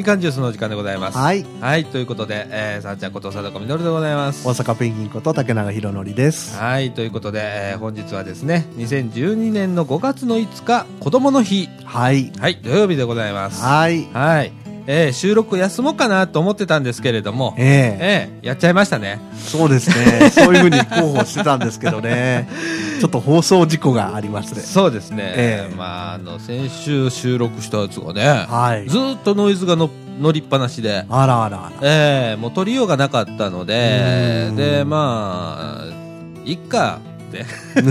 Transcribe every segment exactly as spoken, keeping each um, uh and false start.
かんジュースの時間でございます。 はい。 はい、ということで、えー、さあちゃんこと貞子みのるでございます。 大阪ペンギンこと竹永宏典です。 はい、ということで、えー、本日はですね、にせんじゅうにねんのごがつのいつか、子供の日。 はい。 はい、土曜日でございます。 はい。 はい。えー、収録休もうかなと思ってたんですけれども、 えー、 えー、やっちゃいましたね。 そうですね。そういうふうに候補してたんですけどね。ちょっと放送事故がありまして。 そうですね。 えー、 まあ、あの、先週収録したやつがね、 はい、 ずっとノイズがの乗りっぱなしで、 あらあらあら。 えー、もう取りようがなかったので、で、まあ、いっかって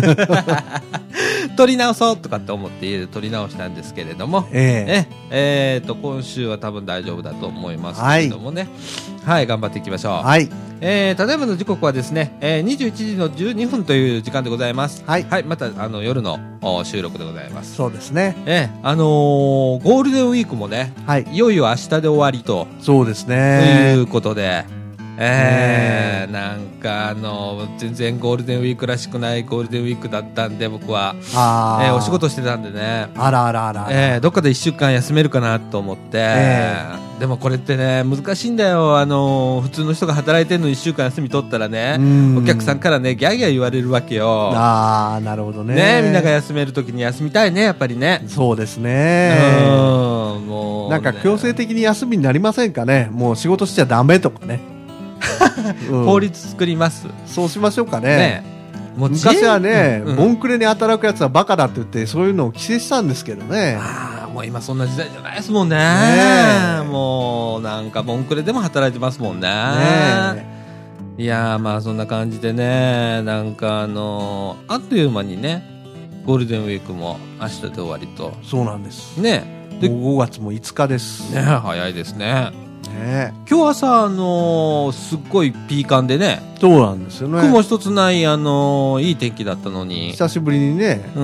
取り直そうとかって思って家で取り直したんですけれども、 えー、 ええー、と今週は多分大丈夫だと思いますけれどもね、はい、はい、頑張っていきましょう。 はい。 えー、ただいまの時刻はですね、えー、にじゅういちじのじゅうにふんという時間でございます。 はい、 はい、またあの夜の収録でございます。 そうですね。 えー、あのー、ゴールデンウィークもね、はい、いよいよ明日で終わりと、 そうですね。 ということで。えー、なんかあの全然ゴールデンウィークらしくないゴールデンウィークだったんで僕は、あ、えー、お仕事してたんでね、 あらあらあら、 えー、どっかでいっしゅうかん休めるかなと思って、えー、でもこれってね難しいんだよ。あの普通の人が働いてるのいっしゅうかん休み取ったらね、お客さんからねギャーギャー言われるわけよ。 あー、なるほどね。 ね、みんなが休めるときに休みたいね、やっぱりね。 そうですね。 うん、もうね、 なんか強制的に休みになりませんかね。もう仕事しちゃダメとかね。 うん、法律作ります。 そうしましょうかね。 ね、 もう昔はね、 うんうん、 ボンクレに働くやつはバカだって言ってそういうのを規制したんですけどね。 ああ、もう今そんな時代じゃないですもんね。ね、もうなんかボンクレでも働いてますもんね。ね、いやー、まあそんな感じでね、なんかあのー、あっという間にねゴールデンウィークも明日で終わりと。 そうなんですね。 でごがつもいつかですね。早いですね。 ね、 今日朝、あのー、すっごいピーカンでね。 そうなんですよね。 雲一つない、あのー、いい天気だったのに久しぶりにね、 うん、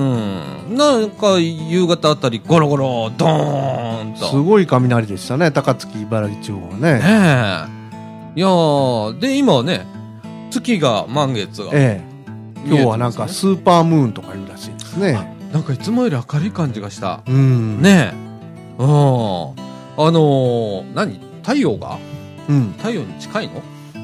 なんか夕方あたりゴロゴロドーンとすごい雷でしたね。高槻茨城地方はね。 ねえ、いやーで今はね月が満月が、ええ、今日はなんかスーパームーンとかいうらしいですね。 なんかいつもより明るい感じがした。 うん、 ねえ、うん、あのー、何太陽が、うん、太陽に近いの？ うん、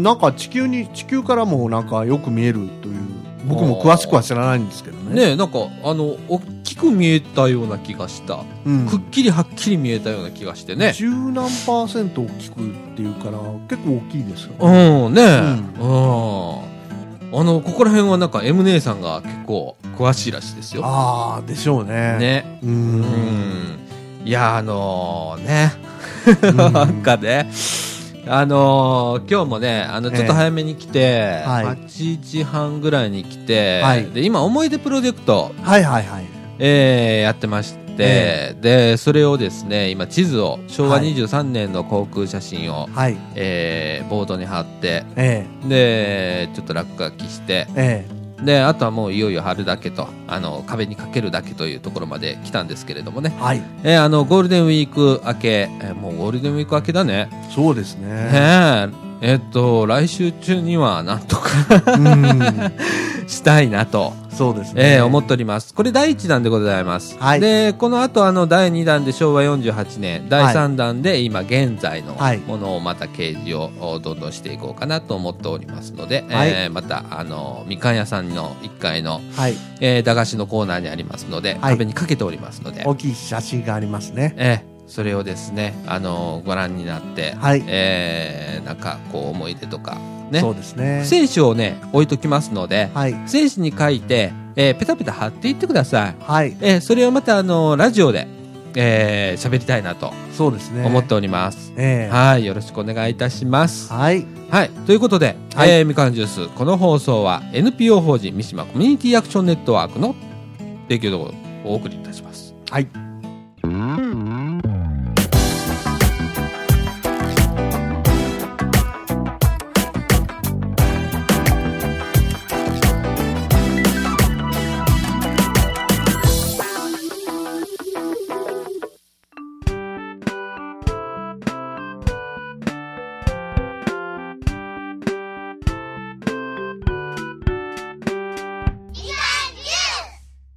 なんか地球に地球からもなんかよく見えるという、僕も詳しくは知らないんですけどね。 ねえ、なんかあの大きく見えたような気がした、うん、くっきりはっきり見えたような気がしてね。 十何パーセント大きくっていうから結構大きいですよね。 うんねえ、うん、あのここら辺はなんか M 姉さんが結構詳しいらしいですよ。 ああ、でしょうね。 ね、うん、うん、いやあのー、ねなんかね、あのー、今日もねあのちょっと早めに来て、えーはい、はちじはんぐらいに来て、はい、で今思い出プロジェクト、 はいはいはい、 えー、やってまして、えー、でそれをですね今地図をしょうわにじゅうさんねんの航空写真を、はい、えー、ボードに貼って、えー、でちょっと落書きして、えーであとはもういよいよ貼るだけと、あの壁にかけるだけというところまで来たんですけれどもね、はい、えー、あのゴールデンウィーク明け、えー、もうゴールデンウィーク明けだね。 そうですね。 ええー、っと来週中にはなんとかしたいなと、 そうですね、 えー、思っております。これだいいちだんでございます、はい、でこの後あのだいにだんでしょうわよんじゅうはちねん、だいさんだんで今現在のものをまた掲示をどんどんしていこうかなと思っておりますので、はい、えー、またあのみかん屋さんのいっかいの、はい、えー、駄菓子のコーナーにありますので、はい、壁にかけておりますので、 大きい写真がありますね。 えーそれをですね、あのご覧になって、はい、えー、なんかこう思い出とかね、 そうですね、 付箋紙をね置いときますので、はい、付箋紙に書いて、えー、ペタペタ貼っていってください。はい、えー、それをまたあのラジオでえー、喋りたいなとそうですね思っております。 えー、 はい、よろしくお願いいたします。 はい、 はい、ということで、はい、えー、みかんジュース、この放送は エヌピーオー 法人三島コミュニティアクションネットワークの提供でお送りいたします。 はい。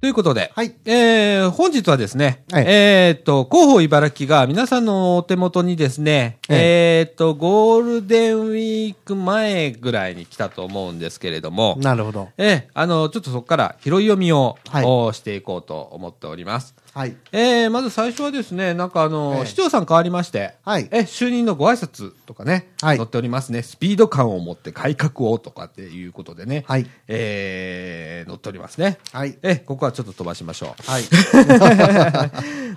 ということで、 はい。 えー、本日はですね、 はい、 えーっと、広報茨城が皆さんのお手元にですね、はい、えーっと、ゴールデンウィーク前ぐらいに来たと思うんですけれども、 なるほど。 えー、あの、ちょっとそこから拾い読みを、はい、していこうと思っております。はい。えー、まず最初はですね、なんかあの、えー、市長さん変わりまして、はい。え、就任のご挨拶とかね、はい。載っておりますね。スピード感を持って改革をとかっていうことでね、はい。えー、載っておりますね。はい。え、ここはちょっと飛ばしましょう。はい。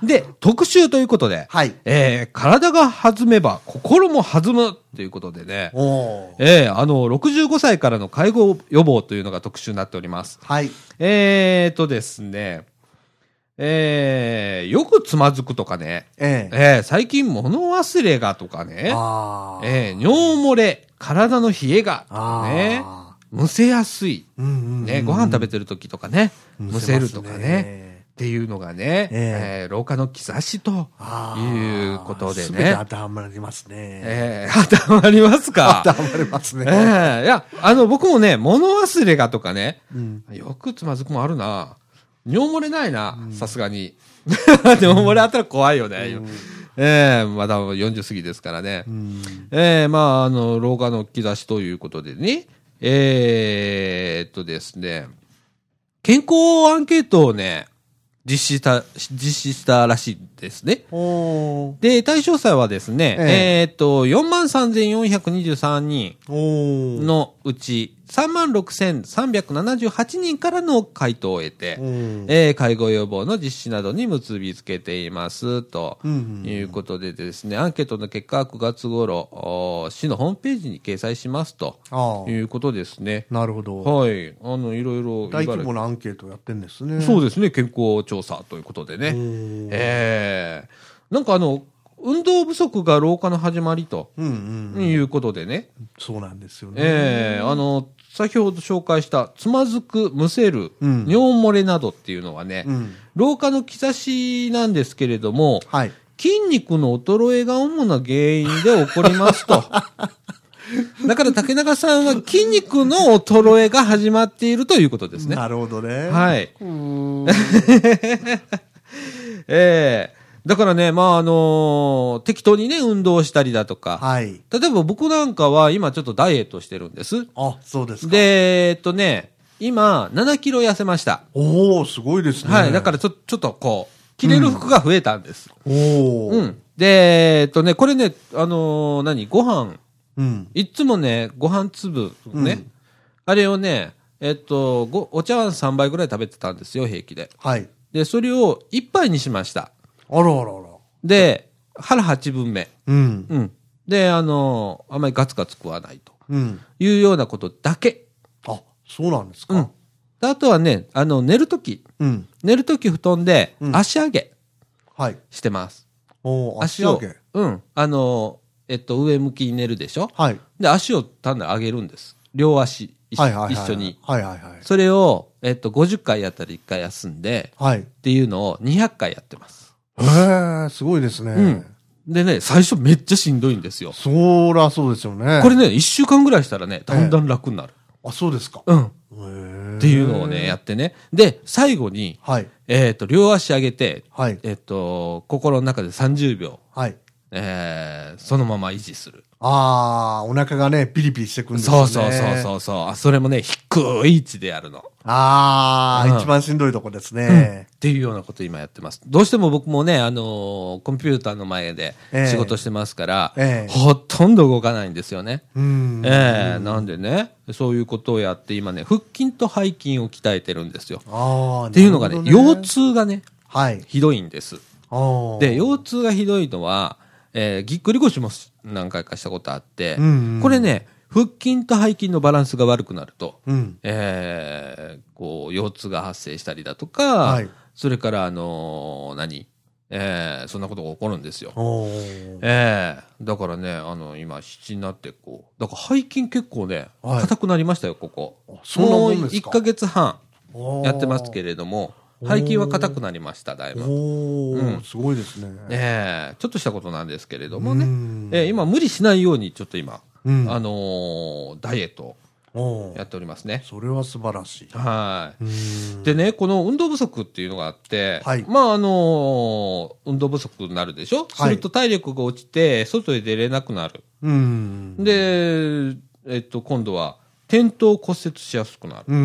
で、特集ということで、はい。えー、体が弾めば心も弾むということでね、おえー、あの、ろくじゅうごさいからの介護予防というのが特集になっております。はい。えーとですね、えー、よくつまずくとかね、えええー、最近物忘れがとかね、あえー、尿漏れ、体の冷えがとかね、むせやすい、うんうんうん、ね、ご飯食べてる時とかね、むせるとかね、っていうのがね、えーえー、老化の兆しということでね。すべて当てはまりますね。えー、当てはまりますか。 当てはまりますね。 えー、いや、あの、僕もね、物忘れがとかね、うん、よくつまずくもあるな。尿漏れないな、さすがに。尿漏れあったら怖いよね。うん、ええー、まだよんじゅう過ぎですからね。うん、ええー、まあ、あの、老化の兆しということでね。えー、っとですね、健康アンケートをね、実施した、実施したらしいですね。で、対象者はですね、えー、えー、っと、よんまんさんぜんよんひゃくにじゅうさんにんのうち、さんまんろくせんさんびゃくななじゅうはちにんからの回答を得て、えー、介護予防の実施などに結びつけています、ということでですね、アンケートの結果はくがつ頃、市のホームページに掲載しますということですね。 なるほど。 はい。あの、いろいろ。 大規模なアンケートをやってるんですね。 そうですね、健康調査ということでね。ええー、なんかあの、運動不足が老化の始まりと、うんうん、いうことでね。 そうなんですよね。 ええー、あの、先ほど紹介したつまずく、むせる、うん、尿漏れなどっていうのはね、うん、老化の兆しなんですけれども、はい、筋肉の衰えが主な原因で起こりますと。だから竹中さんは筋肉の衰えが始まっているということですね。 なるほどね。 はい。うーんええーだからね、まあ、あのー、適当にね、運動したりだとか。はい。例えば僕なんかは今ちょっとダイエットしてるんです。 あ、そうですか。 で、えっとね、今、ななキロ痩せました。 おー、すごいですね。 はい。だからちょ、ちょっとこう、着れる服が増えたんです。 うん、おー。 うん。で、えっとね、これね、あのー、何ご飯。うん。いつもね、ご飯粒ね。うん、あれをね、えっと、ご、お茶碗さんばいぐらい食べてたんですよ、平気で。はい。で、それをいっぱいにしました。 あらあらあら。 で、腹はちぶんめ。うん。うん。で、あの、あんまりガツガツ食わないと。うん。いうようなことだけ。 あ、そうなんですか。うん。 あとはね、あの、寝るとき。うん。寝るとき布団で、足上げ。はい。してます。 お足上げ。 うん。あの、えっと、上向きに寝るでしょ。はい。で、足を単なる上げるんです。両足。はいはいはい、一緒に。はいはいはい。それを、えっと、ごじゅっかいやったらいっかい休んで。はい。っていうのをにひゃっかいやってます。 へえ、すごいですね。うん。 でね、最初めっちゃしんどいんですよ。 そらそうですよね。 これね、一週間ぐらいしたらね、だんだん楽になる。 えー、あ、そうですか。 うん。へっていうのをね、やってね。で、最後に、はい。えっと、両足上げて、はい。えっと、心の中でさんじゅうびょう。はい。えー、そのまま維持する。 ああ、お腹がね、ピリピリしてくるんですね。 そうそうそうそうそう。それもね、低い位置でやるの。 ああ、うん、一番しんどいとこですね、うん。 っていうようなこと今やってます。どうしても僕もね、あのー、コンピューターの前で仕事してますから、えーえー、ほとんど動かないんですよね。うんえー、なんでね、そういうことをやって今ね、腹筋と背筋を鍛えてるんですよ。あっていうのがね、腰痛がね、はい、ひどいんです。で、腰痛がひどいのは、えー、ぎっくり腰も何回かしたことあって、うんうん、これね、腹筋と背筋のバランスが悪くなると、うんえー、こう腰痛が発生したりだとか、はい、それからあのー、何、えー、そんなことが起こるんですよ。えー、だからね、あの今七になってこう、だから背筋結構ね硬、はい、くなりましたよここ。 そうもんですか。もういっかげつはんやってますけれども。背筋は硬くなりました、だいぶ。 おー、うん、すごいですね。 ええー、ちょっとしたことなんですけれどもね。えー、今無理しないように、ちょっと今、うん、あのー、ダイエットやっておりますね。 それは素晴らしい。 はい。でね、この運動不足っていうのがあって、はい、まあ、あのー、運動不足になるでしょ、はい、すると体力が落ちて、外へ出れなくなる。うんで、えっと、今度は、転倒骨折しやすくなる。うん。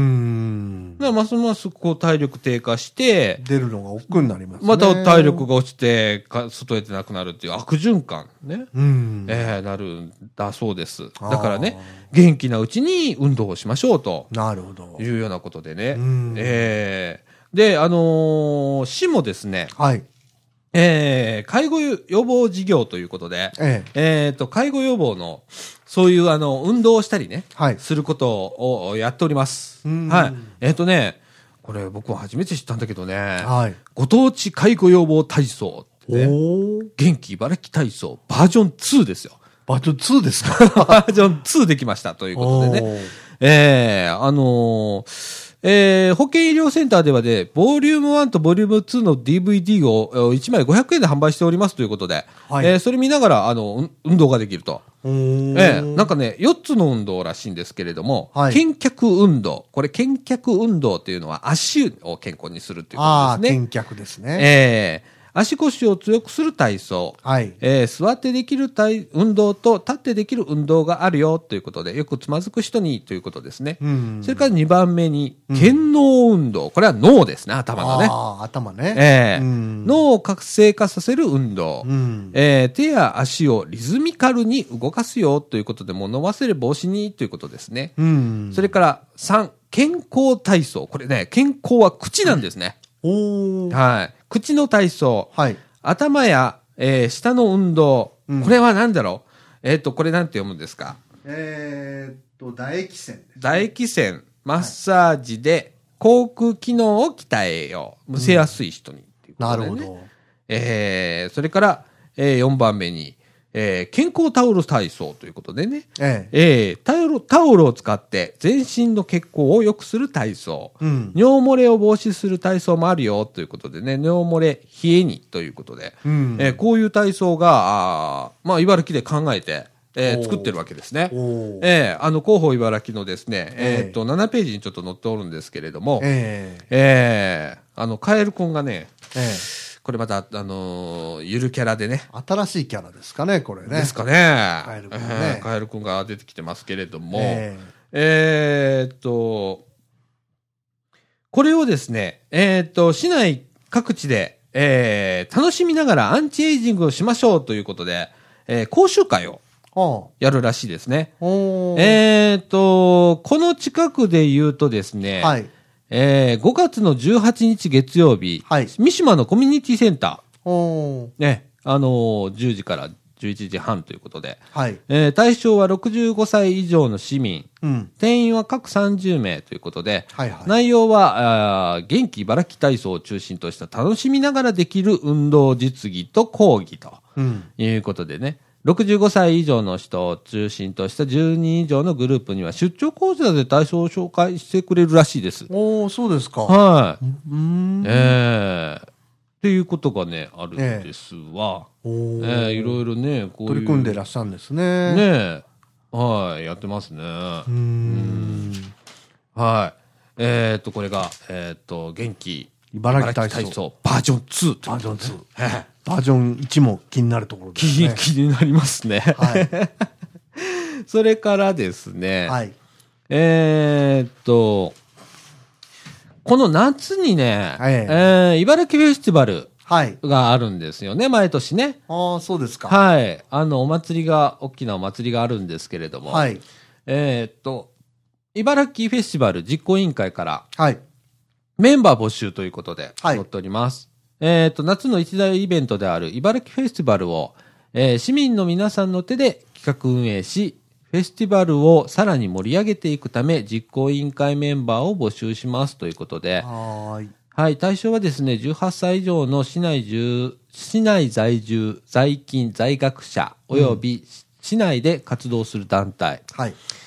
だからますますこう体力低下して、 出るのが億劫になりますね。 また体力が落ちて、外へ出なくなるっていう悪循環ね。うん。えー、なるんだそうです。だからね、元気なうちに運動をしましょうと。 なるほど。 いうようなことでね。うん。えー、で、あのー、市もですね。はい。えー、介護予防事業ということで、えええー、と、介護予防の、そういうあの、運動をしたりね、はい、することをやっております。はい。えっ、ー、とね、これ僕は初めて知ったんだけどね、はい、ご当地介護予防体操って、ね、元気茨城体操バージョンツーですよ。 バージョンツーですかバージョンツーできましたということでね。えー、あのー、えー、保健医療センターではね、ボリュームワンとボリュームツーの ディーブイディー をいちまいごひゃくえんで販売しておりますということで、はい、えー、それ見ながら、あの、運動ができると。えー、なんかね、よっつの運動らしいんですけれども、はい、健脚運動。これ、健脚運動っていうのは足を健康にするっていうことですね。 ああ、健脚ですね。 えー足腰を強くする体操、はいえー、座ってできる体運動と立ってできる運動があるよということで、よくつまずく人にということですね。うん、それからにばんめに、健脳運動。これは脳ですね、頭のね。 ああ、頭ね。 えーうん、脳を活性化させる運動、うんえー。手や足をリズミカルに動かすよということで、物忘れ防止にということですね。うん、それからさん、健康体操。これね、健康は口なんですね。おはい。口の体操。はい。頭や、えー、下の運動。うん、これは何だろうえっ、ー、と、これなんて読むんですかえー、っと、唾液腺です、ね。 唾液腺。マッサージで、口腔機能を鍛えよう。むせやすい人に、うんっていうことでね。なるほど。えー、それから、えー、よんばんめに、えー、健康タオル体操ということでね、えええー、タオル、タオルを使って全身の血行を良くする体操、うん、尿漏れを防止する体操もあるよということでね、尿漏れ冷えにということで、うんえー、こういう体操が、あまあ、茨城で考えて、えー、作ってるわけですね。えー、あの、広報茨城のですね、えー、っと、ななページにちょっと載っておるんですけれども、えー、えー、あの、カエルくんがね、えーこれまた、あのー、ゆるキャラでね。 新しいキャラですかね、これね。 ですかね。カエルくんね。えー、カエルくんが出てきてますけれども。えー、えー、っと、これをですね、えー、っと、市内各地で、えー、楽しみながらアンチエイジングをしましょうということで、えー、講習会をやるらしいですね。えー、っと、この近くで言うとですね、はい。えー、ごがつのじゅうはちにち月曜日、はい、三島のコミュニティセンター、ね、あのー、じゅうじからじゅういちじはんということで、はいえー、対象はろくじゅうごさい以上の市民、うん、定員は各さんじゅうめいということで、はいはい、内容はあ元気茨城体操を中心とした楽しみながらできる運動実技と講義ということでね、ろくじゅうごさい以上の人を中心としたじゅうにん以上のグループには出張講座で体操を紹介してくれるらしいです。 おー、そうですか。 はい。うーん。ええー。っていうことがね、あるんですわ。えー、えー、いろいろね、 こういう。取り組んでらっしゃるんですね。 ねえ。はい、やってますね。うーん。はい。えー、っと、これが、えー、っと、元気。 茨城体操。体操バージョンツー。 バージョンツー。バージョンいちも気になるところですね。 気, 気になりますね。はい。それからですね。はい。えー、っと、この夏にね、はいえー、茨城フェスティバルがあるんですよね、毎年ね。 ああ、そうですか。 はい。あの、お祭りが、大きなお祭りがあるんですけれども。はい。えー、っと、茨城フェスティバル実行委員会から、はい。メンバー募集ということで、載っております。はい、えっと、夏の一大イベントである茨城フェスティバルを、えー、市民の皆さんの手で企画運営し、フェスティバルをさらに盛り上げていくため、実行委員会メンバーを募集しますということで、はい。はい、対象はですね、じゅうはっさい以上の市内住、市内在住、在勤、在学者、および市内で活動する団体。はい。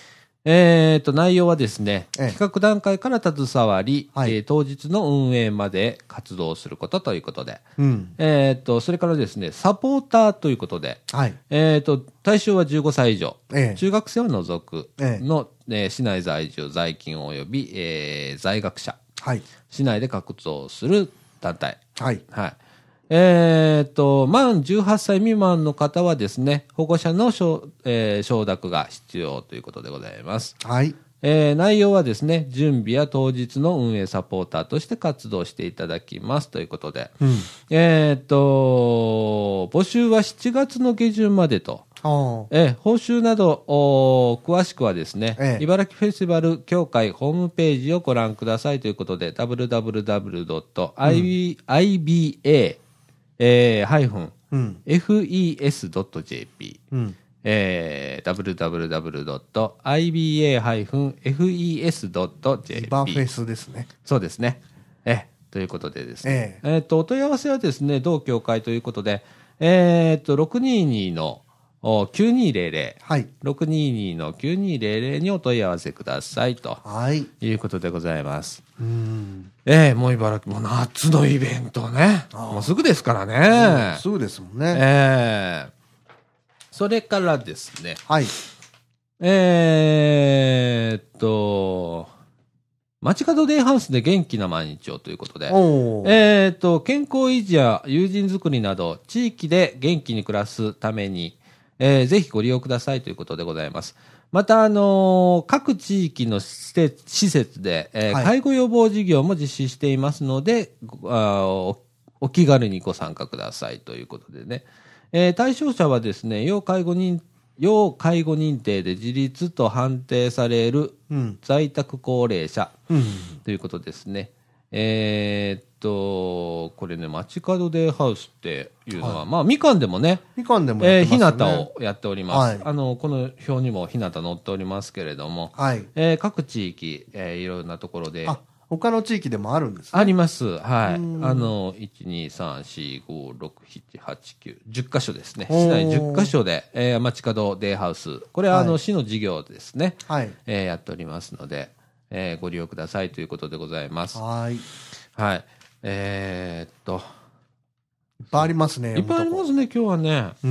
えー、と内容はですね、 ええ、 企画段階から携わり、 はい、 えー、当日の運営まで活動することということで、 うん、 えー、とそれからですね、サポーターということで、 はい、 えー、と対象はじゅうごさい以上、 ええ、 中学生を除くの、 えええー、市内在住、在勤及び、えー、在学者、 はい、 市内で活動する団体。 はいはい。えー、と、満じゅうはっさい未満の方はですね、保護者の承、えー、承諾が必要ということでございます。 はい。 えー、内容はですね、準備や当日の運営サポーターとして活動していただきますということで、 うん、 えー、と、募集はしちがつの下旬までと、えー、報酬など詳しくはですね、ええ、茨城フェスティバル協会ホームページをご覧くださいということで、ダブリューダブリューダブリュードットアイビーエーハイフンエフイーエスドットジェーピー、うん、えー、ダブリューダブリューダブリュードットアイビーエーハイフンエフイーエスドットジェーピー、 バーフェスですね。 そうですね。えということでですね、えええー、とお問い合わせはですね、同協会ということで、えー、とろくにーにーのきゅうにーぜろぜろ、はい、ろくにーにーのきゅうにーぜろぜろにお問い合わせくださいと、はい、いうことでございます。うん、ええー、もう茨城も夏のイベントね、もうすぐですからね。 すぐですもんね。 ええー、それからですね、 はい、 えー、っと街角デイハウスで元気な毎日をということで、えー、っと健康維持や友人作りなど地域で元気に暮らすために、えー、ぜひご利用くださいということでございます。また、あのー、各地域の施設、施設で、えーはい、介護予防事業も実施していますので、あお、お気軽にご参加くださいということでね、えー、対象者はですね、要介護認要介護認定で自立と判定される在宅高齢者ということですね。うん、えー、っと、これね、街角デイハウスっていうのは、はい、まあ、みかんでもね、 みかんでもやってますね。 えー、日向をやっております。はい、あの、この表にも日向載っておりますけれども、はい、えー、各地域、えー、いろんなところで、 他の地域でもあるんですね。 あります。はい。あの、いち、に、さん、し、ご、ろく、しち、はち、きゅう、じゅっかしょですね。市内じゅっかしょで、えー、街角デイハウス。これは、あの、はい、市の事業ですね。はい。えー、やっておりますので、えー、ご利用くださいということでございます。 はい。 はい。えー、っと。 いっぱいありますね。 いっぱいありますね、今日はね。うん。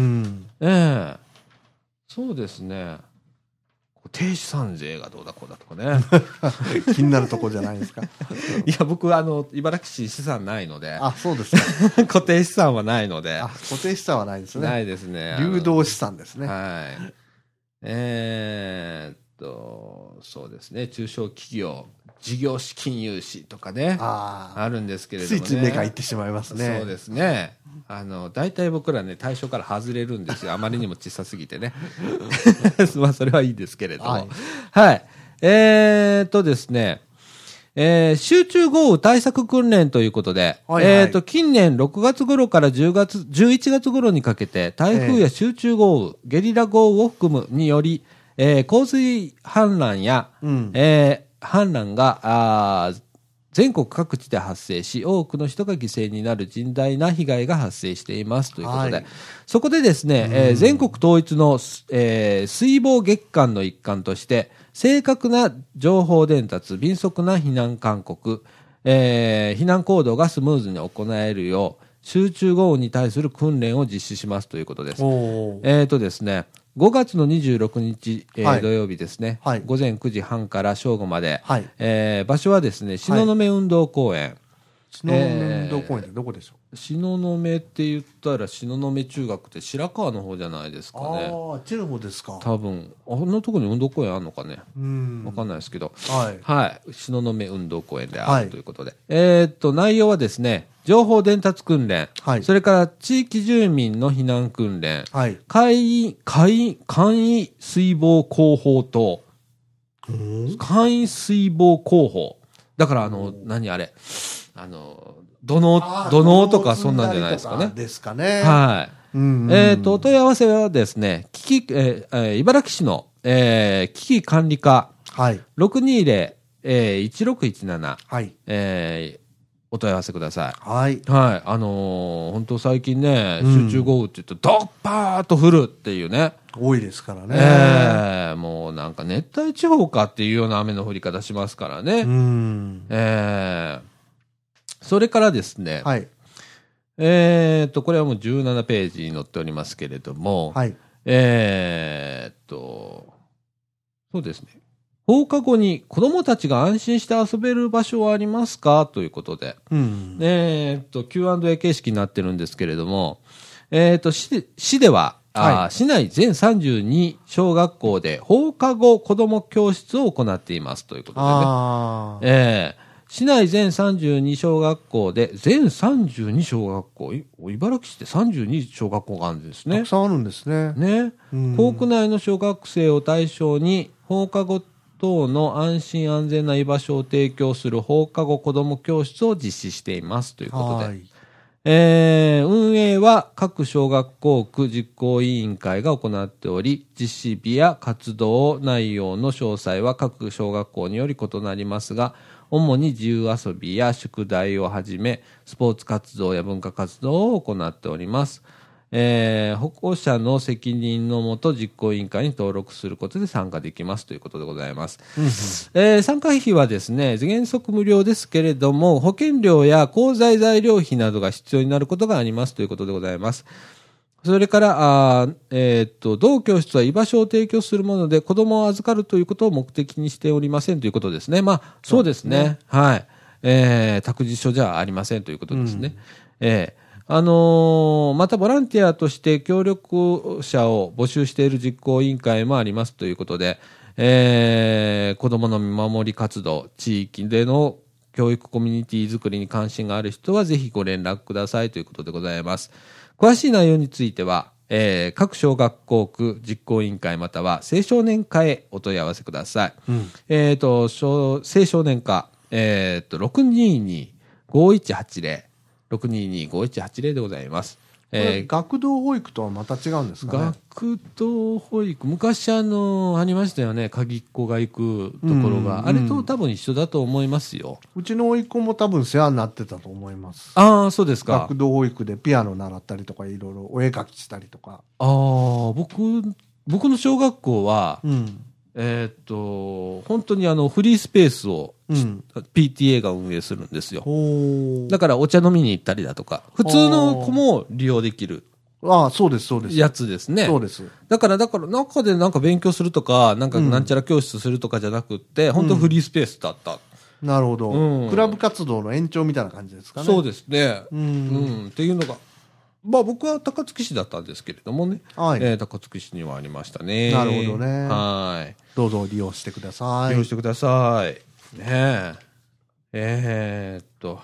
ええー、そうですね。低資産税がどうだこうだとかね気になるとこじゃないですか。いや僕あの茨城市資産ないので。 あ、そうですか。 固定資産はないので。 あ、固定資産はないですね。 ないですね。 流動資産ですね。 はい。えー、っとそうですね、中小企業事業資金融資とかね、 あ, あるんですけれどもね、 ついつい目がいってしまいますね。 そうですね。あの大体僕らね対象から外れるんですよ、あまりにも小さすぎてねまあそれはいいですけれども、はい、はい、えー、っとですね、えー、集中豪雨対策訓練ということで、はいはい、えー、と近年ろくがつ頃からじゅうがつじゅういちがつ頃にかけて台風や集中豪雨、えー、ゲリラ豪雨を含むにより、えー、洪水氾濫や、うんえー、氾濫があ全国各地で発生し、多くの人が犠牲になる甚大な被害が発生していますということで、はい、そこでですね、えー、全国統一の、えー、水防月間の一環として、正確な情報伝達、迅速な避難勧告、えー、避難行動がスムーズに行えるよう、集中豪雨に対する訓練を実施しますということです。えーとですね、ごがつのにじゅうろくにち、えーはい、土曜日ですね、はい、ごぜんくじはんから正午まで、はいえー、場所はですね、東雲運動公園。 東雲運動公園ってどこでしょう？ 東雲って言ったら東雲中学って白川の方じゃないですかね。 ああ、あっちの方ですか。 多分あんなとこに運動公園あるのかね。うんわかんないですけど、はい、はい、東雲運動公園であるということで、はい、えー、っと内容はですね、情報伝達訓練、はい、それから地域住民の避難訓練、はい、簡易簡易水防広報等、簡易水防広報だからあの何あれあの土のう土のうとかそんなんじゃないですかね。 ですかね。 はい。うんうん、えっ、ー、とお問い合わせはですね、危機、えー、茨城市の、えー、危機管理課、はい、ろくにーぜろ、えー、いちろくいちなな、はい、えーお問い合わせください。 はい。 はい。あのー、本当最近ね、集中豪雨って言うと、ドッパーッと降るっていうね。 多いですからね。 ええー、もうなんか熱帯地方かっていうような雨の降り方しますからね。 うん。 ええー、それからですね。 はい。 えーっと、これはもうじゅうななページに載っておりますけれども。 はい。 えーっと、そうですね。放課後に子供たちが安心して遊べる場所はありますかということで。 うん。 えーっと、キューアンドエー 形式になってるんですけれども、えーっと、市で、市では、はい、あ市内全さんじゅうに小学校で放課後子供教室を行っていますということでね。 あえー市内全さんじゅうに小学校で、全さんじゅうに小学校、茨城市ってさんじゅうに小学校があるんですね。 たくさんあるんですね。 ね。校区内の小学生を対象に、放課後等の安心安全な居場所を提供する放課後子ども教室を実施していますということで。はい、えー、運営は各小学校区実行委員会が行っており、実施日や活動内容の詳細は各小学校により異なりますが、主に自由遊びや宿題をはじめ、スポーツ活動や文化活動を行っております。えー、保護者の責任のもと実行委員会に登録することで参加できますということでございます。うんうん、えー、参加費はですね、原則無料ですけれども、保険料や交際材料費などが必要になることがありますということでございます。それから、あえー、っと、同教室は居場所を提供するもので、子供を預かるということを目的にしておりませんということですね。まあ、そうですね。ねはい。えー、託児所じゃありませんということですね。うん、えーあのー、またボランティアとして協力者を募集している実行委員会もありますということで、えー、子供の見守り活動、地域での教育コミュニティ作りに関心がある人はぜひご連絡くださいということでございます。詳しい内容については、えー、各小学校区実行委員会または青少年課へお問い合わせください。うん、えっ、ー、と、青少年課、えっ、ー、と、ろくにーにーごいちはちぜろ、ろくにーにーごいちはちぜろでございます。 えー、学童保育とはまた違うんですかね。 学童保育、昔あの、ありましたよね。鍵っ子が行くところが。うん、あれと多分一緒だと思いますよ。 うちの甥っ子も多分世話になってたと思います。 ああ、そうですか。 学童保育でピアノ習ったりとか、いろいろお絵描きしたりとか。 ああ、僕、僕の小学校は、うん、えー、っと、本当にあの、フリースペースを、うん、ピーティーエー が運営するんですよ。だからお茶飲みに行ったりだとか、普通の子も利用できる。 ああ、そうです、そうです。 やつですね。 そうです。 だから、だから、中でなんか勉強するとか、なんかなんちゃら教室するとかじゃなくって、うん、本当フリースペースだった。 うん、なるほど、うん。クラブ活動の延長みたいな感じですかね。 そうですね。うん。うん、っていうのが、まあ僕は高槻市だったんですけれどもね。はい。えー、高槻市にはありましたね。 なるほどね。 はい。 どうぞ利用してください。 利用してください。ねえ。えー、っと。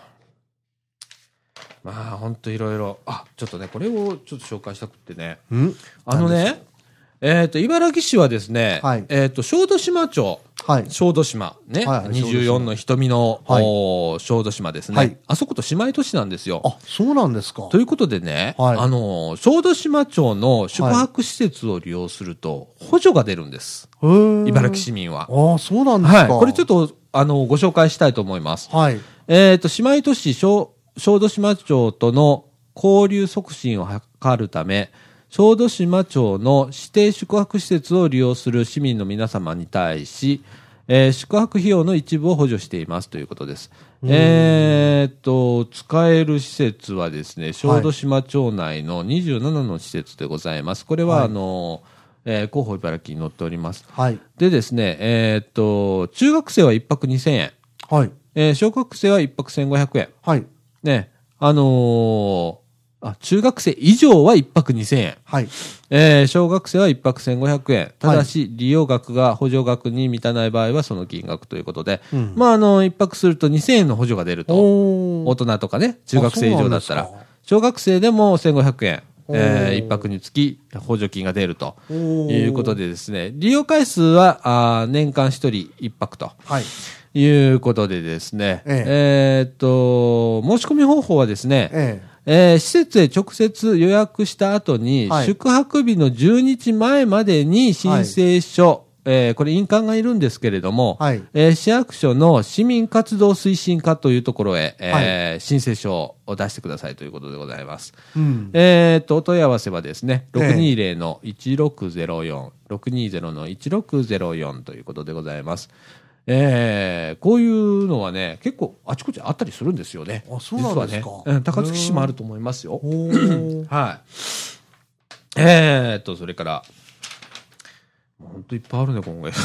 まあ本当いろいろ。あ、ちょっとね、これをちょっと紹介したくってね。んあのね、えー、っと、茨城市はですね、はい、えー、っと、小豆島町。はい。小豆島。ね。はいはい、にじゅうよんの瞳の、はい、小豆島ですね。はい。あそこと姉妹都市なんですよ。 あ、そうなんですか。 ということでね、はい、あの、小豆島町の宿泊施設を利用すると、補助が出るんです。はい、茨城市民は。 ああ、そうなんですか。はい。 これちょっと、あの、ご紹介したいと思います。 はい。 えっと、姉妹都市小、小豆島町との交流促進を図るため、小豆島町の指定宿泊施設を利用する市民の皆様に対し、えー、宿泊費用の一部を補助していますということです。えー、っと、使える施設はですね、小豆島町内のにじゅうななの施設でございます。これは、はい、あの、えー、広報茨城に載っております。はい。でですね、えー、っと、中学生はいっぱくにせんえん。はい。えー、小学生はいっぱくせんごひゃくえん。はい。ね、あのー、あ、中学生以上はいっぱくにせんえん。はい。えー、小学生はいっぱくせんごひゃくえん。ただし、はい、利用額が補助額に満たない場合はその金額ということで、うん、まあ、あの、一泊するとにせんえんの補助が出ると。大人とかね、中学生以上だったら。小学生でもせんごひゃくえん。えー、一泊につき補助金が出るということでですね、利用回数は、あ年間一人一泊と。はい。いうことでですね、えええー、っと、申し込み方法はですね、えええー、施設へ直接予約した後に、はい、宿泊日のじゅうにちまえまでに申請書、はいえー、これ印鑑がいるんですけれども、 はい、 えー、市役所の市民活動推進課というところへ、えーはい、申請書を出してくださいということでございます。うん、えーと、お問い合わせはですね、ろくにーぜろのいちろくぜろよん、ろくにーぜろのいちろくぜろよんということでございます。えー、こういうのはね、結構あちこちあったりするんですよね。 あ、そうなんですか。 実はね、うん、高槻市もあると思いますよ。はい。えーと、それから、本当いっぱいあるね、今回。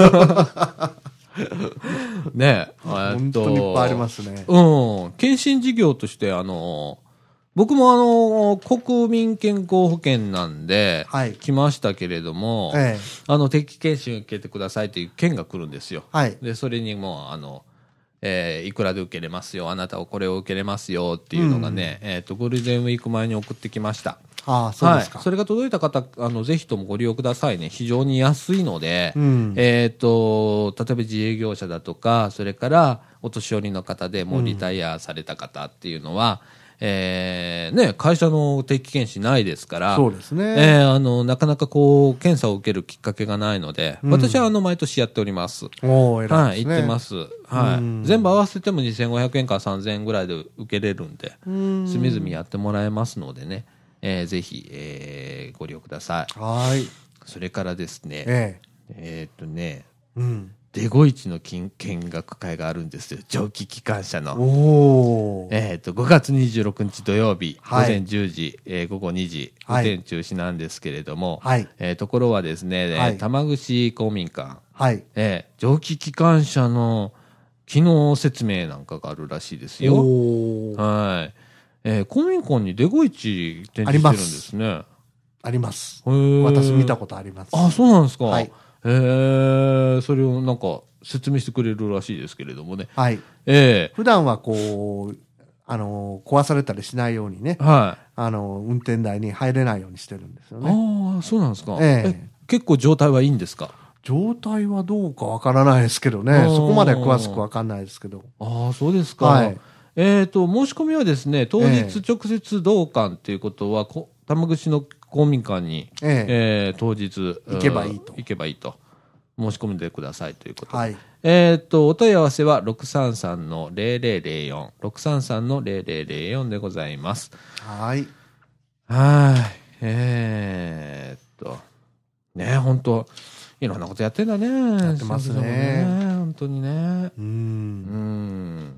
ねえ、 本当にいっぱいありますね。 うん。検診事業として、あの、僕もあの、国民健康保険なんで、はい、来ましたけれども、ええ、あの、定期検診受けてくださいっていう券が来るんですよ。はい。で、それにもう、あの、えー、いくらで受けれますよ、あなたはこれを受けれますよっていうのがね、うん、えっと、ゴールデンウィーク前に送ってきました。 ああ、そうですか。 はい。それが届いた方、あの、ぜひともご利用くださいね。非常に安いので、うん、えっと、例えば自営業者だとか、それからお年寄りの方でもうリタイアされた方っていうのは、うんえー、ね、会社の定期検診ないですから、 そうですね。 えー、あの、なかなかこう、検査を受けるきっかけがないので、うん、私はあの、毎年やっております。 おー、偉いですね。 はい、行ってます。はい。全部合わせてもにせんごひゃくえんからさんぜんえんぐらいで受けれるんで、隅々やってもらえますのでね、えー、ぜひ、えー、ご利用ください。 はい。 それからですね、 えー、えー、っとね、 うん。 デゴイチの見学会があるんですよ。蒸気機関車の。 おえっ、ー、と、ごがつにじゅうろくにち土曜日、はい、午前じゅうじ、えー、午後にじ、運転中止なんですけれども、はい、えー、ところはですね、はい、玉串公民館、はいえー、蒸気機関車の機能説明なんかがあるらしいですよ。はい。えー、公民館にデゴイチ展示してるんですね。 あります。私見たことあります。 あ、そうなんですか。はいえー、それをなんか説明してくれるらしいですけれどもね。 はい。 えー、 普段はこう、あの、壊されたりしないようにね。はい。あの、運転台に入れないようにしてるんですよね。 ああ、そうなんですか。えー、え、結構状態はいいんですか？ 状態はどうかわからないですけどね。そこまで詳しくわかんないですけど。 ああ、そうですか。はい。えっと、申し込みはですね、当日直接同館っていうことは、こ玉串の公民館に、えええー、当日行けばいいと。 行けばいいと。申し込んでくださいということで。 はい。 えっと、お問い合わせはろくさんさんのゼロゼロゼロよん、ろくさんさんのゼロゼロゼロよんでございます。 はい。 はい。えー、っと、ね、本当いろんなことやってんだね。 やってますね。ね本当にね。うん。うん。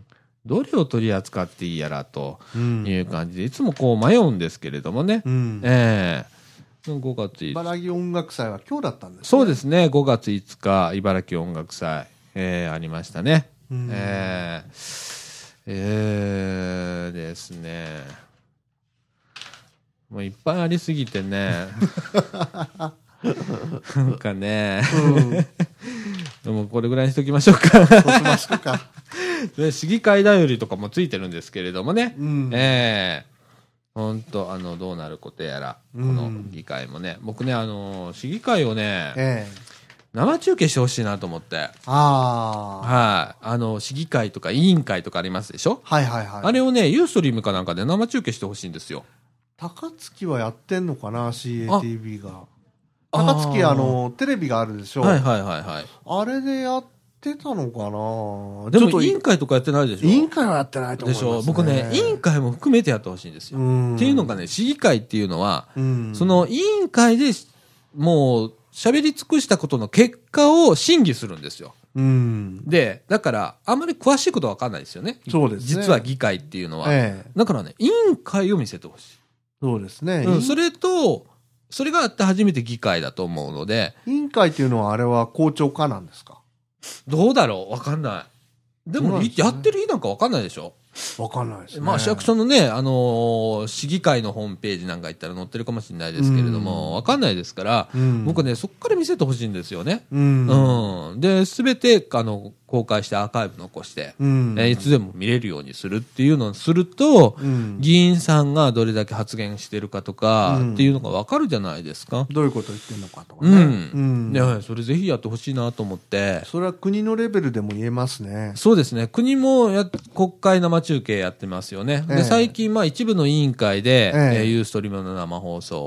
どれを取り扱っていいやらという感じで、いつもこう迷うんですけれどもね。うん、ええー、ごがついつか。 茨城音楽祭は今日だったんですね。 そうですね。ごがついつか、茨城音楽祭、えー、ありましたね。うん、えー、えー、ですね。もういっぱいありすぎてね。なんかね、うん、もうこれぐらいにしときましょうか。 そうしましょうか。 で市議会だよりとかもついてるんですけれどもね、うん、ええー、本当あのどうなることやら、この議会もね、うん、僕ねあの市議会をね、えー、生中継してほしいなと思って、ああ、はい、あの市議会とか委員会とかありますでしょ、 はいはいはい、 あれをねユーストリームかなんかで生中継してほしいんですよ。 高槻はやってんのかな シーエーティービー が。高槻あのテレビがあるでしょ。 はいはいはいはい。 あれでやってたのかな。 でも委員会とかやってないでしょ。 委員会はやってないと思います、ね、 でしょ。僕ね委員会も含めてやってほしいんですよ。っていうのがね市議会っていうのはその委員会でもう喋り尽くしたことの結果を審議するんですよ。うんでだからあんまり詳しいことは分かんないですよね。 そうですね。 実は議会っていうのは、ええ、だからね委員会を見せてほしい。 そうですね、 うん、それとそれがあって初めて議会だと思うので。 委員会っていうのはあれは公聴会なんですか？ どうだろうわかんない。でも、ね、やってる日なんかわかんないでしょ。 わかんないですね。 まあ市役所のね、あのー、市議会のホームページなんか行ったら載ってるかもしれないですけれども、わ、うん、かんないですから、うん、僕ね、そこから見せてほしいんですよね。うん。うん、で、すべて、あの、公開してアーカイブ残して、うんえー、いつでも見れるようにするっていうのをすると、うん、議員さんがどれだけ発言してるかとか、うん、っていうのがわかるじゃないですか。 どういうこと言ってるのかとかね。うん。 うん、いや、それぜひやってほしいなと思って。 それは国のレベルでも言えますね。 そうですね。国もや、国会生中継やってますよね。えー、で、最近、まあ一部の委員会で、えー、ユーストリームの生放送を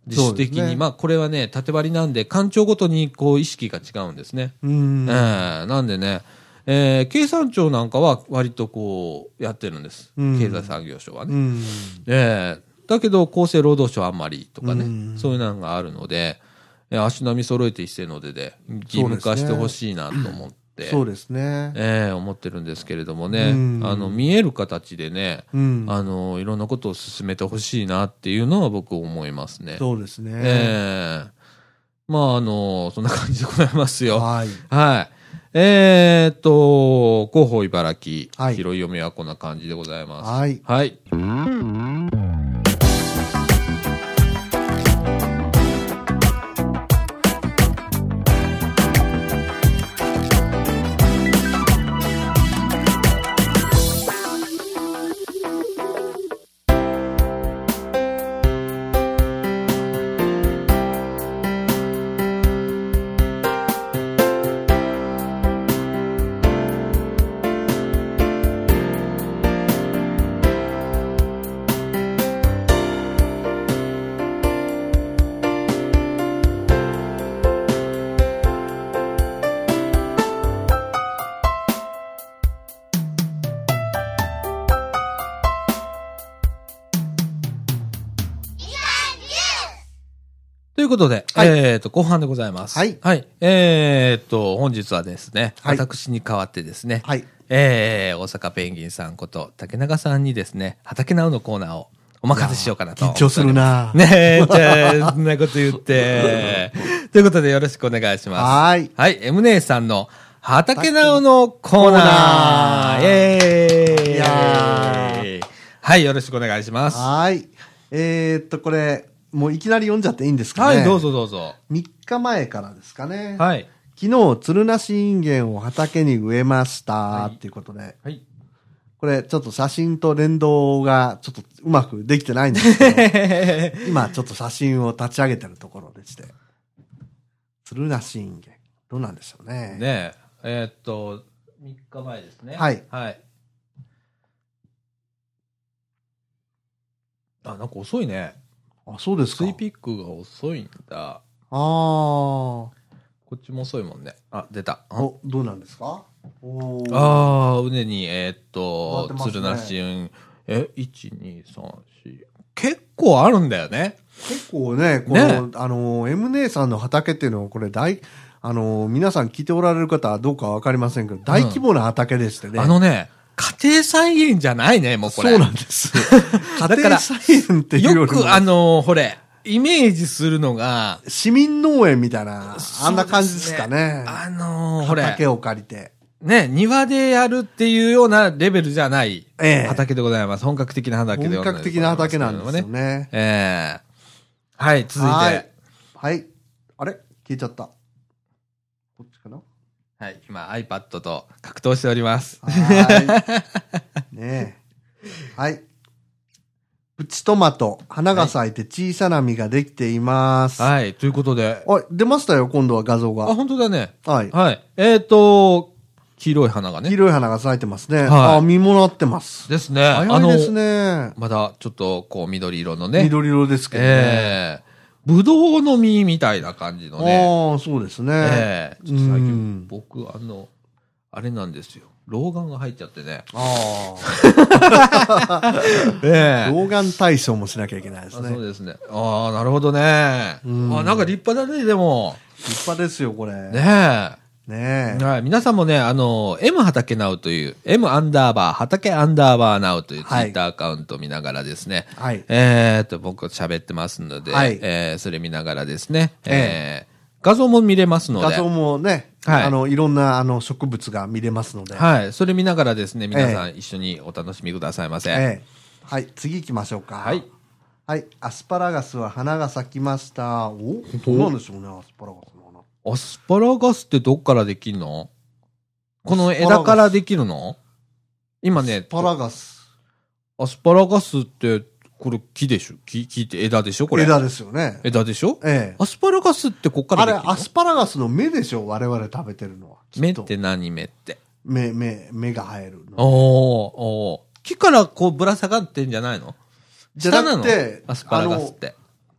自主的に、ね、まあこれはね縦割りなんで官庁ごとにこう意識が違うんですね。うん、えー、なんでね、えー、経産庁なんかは割とこうやってるんです、うん、経済産業省はね。うん、えー、だけど厚生労働省はあんまりとかね、うん、そういうのがあるので、足並み揃えて一斉の出で義務化してほしいなと思って。 そうですね。 ええー、思ってるんですけれどもね、うん、あの見える形でね、うん、あのいろんなことを進めてほしいなっていうのは僕思いますね。 そうですね。 ええー、まああのそんな感じでございますよ。はい。はい。えー、っと広報茨城、はい、広い嫁はこんな感じでございます。はい。はい。ということで、はい、えっ、ー、と、後半でございます。はい。はい。えっ、ー、と、本日はですね、はい、私に代わってですね、はい。えー、大阪ペンギンさんこと竹中さんにですね、畑直のコーナーをお任せしようかなと。 緊張するなねえ、じゃあ、そんなこと言って。ということでよろしくお願いします。はい。はい。エム姉さんの畑直のコーナー。イェーイ。いやーはい、よろしくお願いします。 はい。えー、っと、これ、もういきなり読んじゃっていいんですかね。 はい、どうぞどうぞ。 みっかまえからですかね。 はい。 昨日、鶴なしインゲンを畑に植えました、はい、っていうことで。はい。これ、ちょっと写真と連動がちょっとうまくできてないんですけど、今ちょっと写真を立ち上げてるところでして。鶴なしインゲン。どうなんでしょうね。 ねえ。えー、っと、みっかまえですね。はい。はい。あ、なんか遅いね。 あ、そうですか。 ツイピックが遅いんだ。ああ。 こっちも遅いもんね。あ、出た。 お、どうなんですか？ おああ、畝に、えー、っと、ね、鶴なし運、え、いち、に、さん、よん。結構あるんだよね。 結構ね、この、ね、あの、M 姉さんの畑っていうのは、これ大、あの、皆さん聞いておられる方はどうかわかりませんけど、大規模な畑でしてね。うん、 あのね、家庭菜園じゃないね、もうこれ。 そうなんです。家庭菜園っていうよりもよくあのー、ほれ、イメージするのが、 市民農園みたいな、あんな感じですかね。 あのー、ほれ。 畑を借りて。 ね、庭でやるっていうようなレベルじゃない畑でございます。ええ、本格的な畑でございます。 本格的な畑なんですよね。 ええー。はい、続いて。 はい。はい。あれ消えちゃった。こっちかな？ はい、今 iPad と格闘しております。 はい。ねえ。はい。プチトマト、花が咲いて小さな実ができています。 はい、はい、ということで。 あ、出ましたよ、今度は画像が。 あ、本当だね。 はい。 はい。えっ、ー、と、黄色い花がね。 黄色い花が咲いてますね。はい、あ、実もなってます。 ですね。 早いですね。 まだちょっとこう緑色のね。 緑色ですけどね。えーぶどうの実みたいな感じのね。 ああ、そうですね。 ええー、ちょっと最近、僕、あの、あれなんですよ。老眼が入っちゃってね。ああ。ええ。老眼体操もしなきゃいけないですね。 そうですね。ああ、なるほどね。あなんか立派だね、でも。 立派ですよ、これ。 ねえ。 ねえ。 はい。皆さんもね、あの、M 畑ナウという、M アンダーバー、畑アンダーバーナウというツイッターアカウントを見ながらですね。はい。えっと、僕喋ってますので、はい。えー、それ見ながらですね、えー、画像も見れますので。 画像もね、はい。あの、いろんな、あの、植物が見れますので。 はい。それ見ながらですね、皆さん一緒にお楽しみくださいませ。ええ。 はい。次行きましょうか。 はい。 はい。アスパラガスは花が咲きました。おどうなんでしょうね、アスパラガス。 アスパラガスってどっからできるの？この枝からできるの？今ね。 アスパラガス。 アスパラガスって、これ木でしょ？木、木って枝でしょこれ。 枝ですよね。 枝でしょ？ ええ。 アスパラガスってこっからできるの？ あれ、アスパラガスの芽でしょ我々食べてるのは。 芽って何芽って？ 芽、芽、芽が生えるの。 おー、おー。木からこうぶら下がってんじゃないの？下なの？アスパラガスって。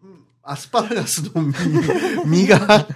アスパラガスの実、実があって、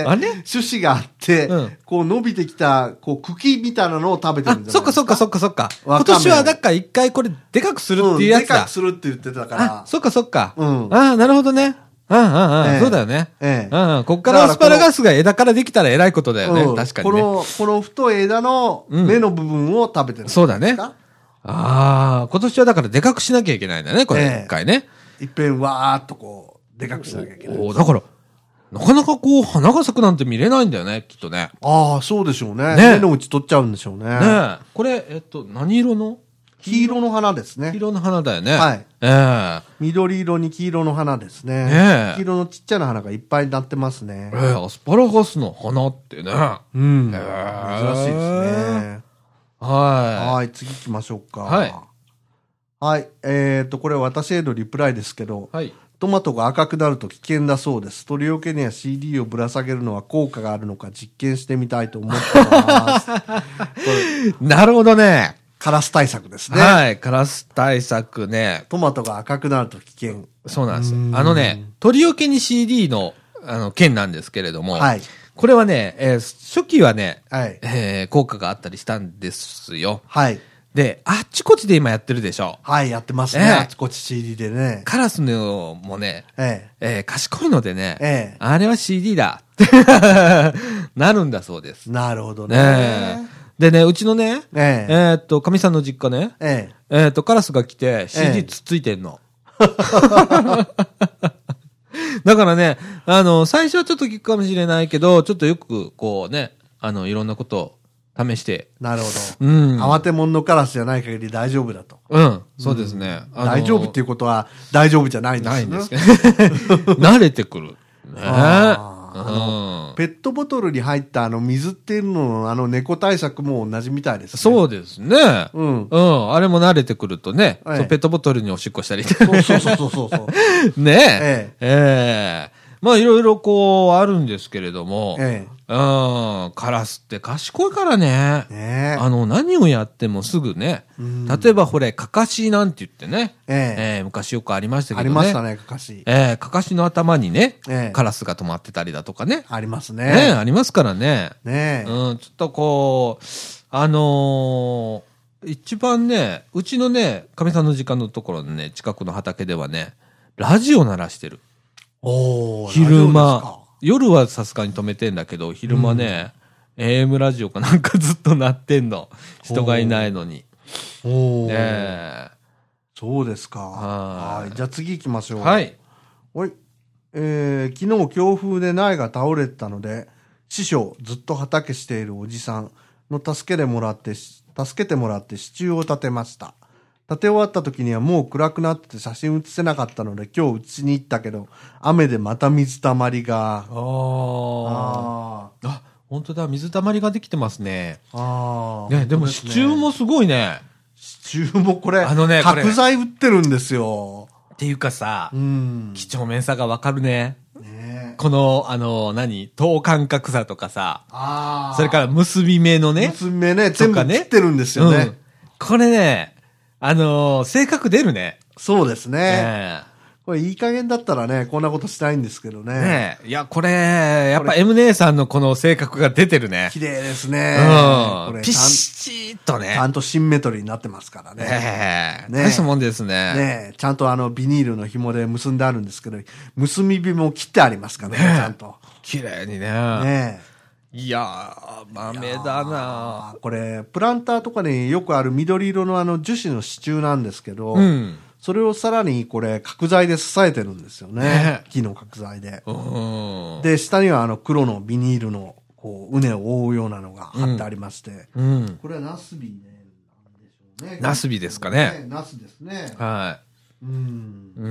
あれ種子があって、うん、こう伸びてきた、こう茎みたいなのを食べてるんじゃないですか。 そっかそっかそっかそっか。今年はだから一回これでかくするっていうやつだ。 うん、でかくするって言ってたから。 あ、そっかそっか。うん。ああ、なるほどね。うんうんうん、ええ、そうだよね。ええ、うん、こっからアスパラガスが枝からできたら偉いことだよね。うん、確かにね。 この、この太い枝の芽の部分を食べてるんですか、 うん、そうだね。ああ、今年はだからでかくしなきゃいけないんだね、これ、一回ね。 いっぺんわーっとこう、でかくしなきゃいけない。 おだから、なかなかこう、花が咲くなんて見れないんだよね、きっとね。 ああ、そうでしょうね。ね、目の内取っちゃうんでしょうね。 ねこれ、えっと、何色の黄色の花ですね。 黄色の花だよね。 はい。 ええー。 緑色に黄色の花ですね。ね黄色のちっちゃな花がいっぱいなってますね。 ええー、アスパラガスの花ってね。 うん。えー、珍しいですね。はい。はい、次行きましょうか。はい。はい。えっと、これ私へのリプライですけど、はい。トマトが赤くなると危険だそうです。取り除けには シーディー をぶら下げるのは効果があるのか実験してみたいと思ってます。 なるほどね。 カラス対策ですね。 はい、カラス対策ね。 トマトが赤くなると危険。 そうなんです。あのね、取り除けに シーディー の、あの、件なんですけれども、はい。これはね、えー、初期はね、はい。えー、効果があったりしたんですよ。はい。で、あっちこっちで今やってるでしょ。 はい、やってますね。えー、あっちこっち シーディー でね。 カラスのもね、えー、えー、賢いのでね、えー、あれは シーディー だ。なるんだそうです。 なるほどね。ねでね、うちのね、ええー、っと、神さんの実家ね、えええー、っと、カラスが来て シーディー つっついてんの。ええ、だからね、あの、最初はちょっと聞くかもしれないけど、ちょっとよく、こうね、あの、いろんなことを試して。 なるほど。うん。慌て者のカラスじゃない限り大丈夫だと。 うん。そうですね。 うん、大丈夫っていうことは大丈夫じゃないんですね。ないんですけど。 慣れてくる。ねあの、うん、ペットボトルに入ったあの水っていうののあの猫対策も同じみたいですね。 そうですね。うん。うん。あれも慣れてくるとね、ええ、そうペットボトルにおしっこしたり。 そうそうそうそうそう。 ねえ。ええ。ええ。まあいろいろこうあるんですけれども、ええ、うん、カラスって賢いからね。ねあの、何をやってもすぐね。例えばこれ、カカシなんて言ってね。えええー、昔よくありましたけどね。 ありましたね、カカシ。 ええー、カカシの頭にね、ええ、カラスが止まってたりだとかね。 ありますね。 ねありますからね。 ねうん、ちょっとこう、あのー、一番ね、うちのね、神さんの時間のところのね、近くの畑ではね、ラジオ鳴らしてる。 お昼間。夜はさすがに止めてんだけど、昼間ね、うん、エーエム ラジオかなんかずっと鳴ってんの。人がいないのに。 おー。ねえ。そうですか。はい。じゃあ次行きましょう。 はい。 はい。えー、昨日強風で苗が倒れてたので、師匠、ずっと畑しているおじさんの助けてもらって、助けてもらって支柱を立てました。立て終わった時にはもう暗くなってて写真写せなかったので今日写しに行ったけど、雨でまた水たまりが。ああ。あ、本当だ、水たまりができてますね。ああ。ね、でも支柱もすごいね。 支柱もこれ、あのね、角材売ってるんですよ。 っていうかさ、うん、几帳面さがわかるね。ねこの、あの、何等間隔さとかさ。ああ。それから結び目のね。 結び目ね、全部切ってるんですよね。うん、 これね、あのー、性格出るね。 そうですね。えー、これいい加減だったらね、こんなことしたいんですけどね。ねえ。いや、これ、やっぱ M 姉さんのこの性格が出てるね。 綺麗ですね。 うん。これピシッとね。 ちゃんとシンメトリーになってますからね。 ええー。ね大したもんですね。 ねえ。ちゃんとあの、ビニールの紐で結んであるんですけど、結び目も切ってありますからね、ねちゃんと。 綺麗にね。ねえ。いやー、豆だなこれ、プランターとかによくある緑色のあの樹脂の支柱なんですけど、うん、それをさらにこれ、角材で支えてるんですよね。ね木の角材で。で、下にはあの黒のビニールの、こう、畝を覆うようなのが貼ってありまして、うんうん、これはナスビね、なんでしょうね。 ナスビですかね。 ナスですね。 はい。うん。うん。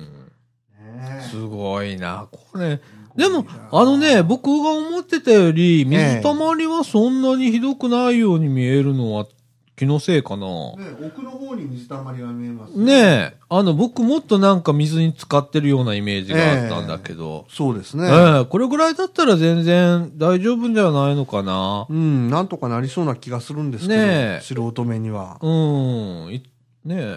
ね、すごいな。これ、でも、あのね、僕が思ってたより、水たまりはそんなにひどくないように見えるのは気のせいかな。ね、 奥の方に水たまりが見えますね。ねえ。あの、僕もっとなんか水に浸かってるようなイメージがあったんだけど。 えー、そうですね。 えー、これぐらいだったら全然大丈夫じゃないのかな。 うん、なんとかなりそうな気がするんですけど、ね、素人目には。 うん。ねえ。